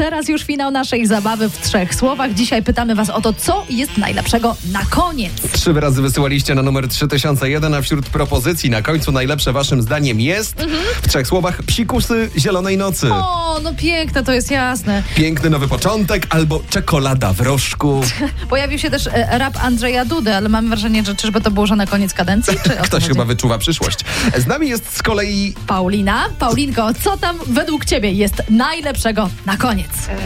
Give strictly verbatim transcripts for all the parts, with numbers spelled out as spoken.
teraz już finał naszej zabawy w trzech słowach. Dzisiaj pytamy was o to, co jest najlepszego na koniec. Trzy wyrazy wysyłaliście na numer trzy tysiące jeden, a wśród propozycji na końcu najlepsze waszym zdaniem jest mhm. w trzech słowach psikusy zielonej nocy. O, no piękne, to jest jasne. Piękny nowy początek albo czekolada w rożku. Pojawił się też e, rap Andrzeja Dudy, ale mam wrażenie, że czyżby to było, że na koniec kadencji? Czy Ktoś chyba wyczuwa przyszłość. Z nami jest z kolei Paulina. Paulinko, co tam według ciebie jest najlepszego na koniec?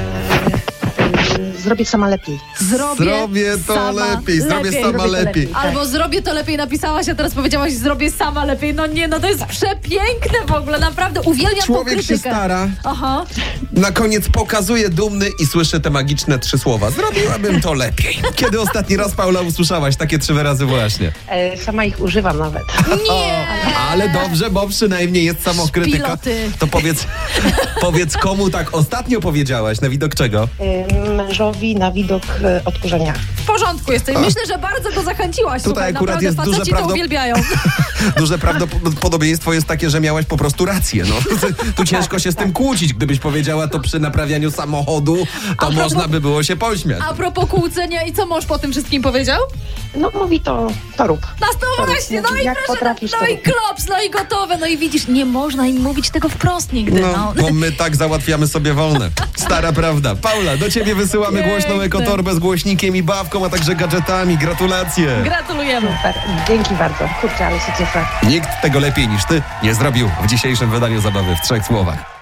Zrobię sama lepiej. Zrobię, zrobię to sama lepiej, zrobię lepiej. sama Zrobię lepiej. lepiej. Albo zrobię to lepiej napisałaś, a teraz powiedziałaś zrobię sama lepiej. No nie, no to jest przepiękne w ogóle, naprawdę uwielbiam Człowiek tą krytykę. się stara. Aha. Na koniec pokazuje dumny i słyszy te magiczne trzy słowa. Zrobiłabym to lepiej. Kiedy ostatni raz, Paula, usłyszałaś takie trzy wyrazy właśnie? E, sama ich używam nawet. Nie. Ale dobrze, bo przynajmniej jest samokrytyka. Szpiloty. To powiedz, powiedz komu tak ostatnio powiedziałaś, na widok czego? E, mężowi na widok e, odkurzenia. W porządku jesteś. Myślę, że bardzo go zachęciłaś. Tutaj Słuchaj, akurat naprawdę jest duże faceci to prawdo- uwielbiają. Duże prawdopodobieństwo jest takie, że miałaś po prostu rację. No. Tu ciężko się z tym kłócić. Gdybyś powiedziała to przy naprawianiu samochodu, to A można propos- by było się pośmiać. A propos kłócenia i co mąż po tym wszystkim powiedział? No mówi to, to rób. No to właśnie, no i Jak proszę, potrafisz, no to i rób. klops, no i gotowe, no i widzisz, nie można im mówić tego wprost nigdy, no. No, bo my tak załatwiamy sobie wolne. Stara prawda. Paula, do ciebie wysyłamy Piękne. głośną ekotorbę z głośnikiem i bawką, a także gadżetami. Gratulacje. Gratulujemy. Super. Dzięki bardzo. Kurczę, ale się cieszę. Nikt tego lepiej niż ty nie zrobił w dzisiejszym wydaniu Zabawy w trzech słowach.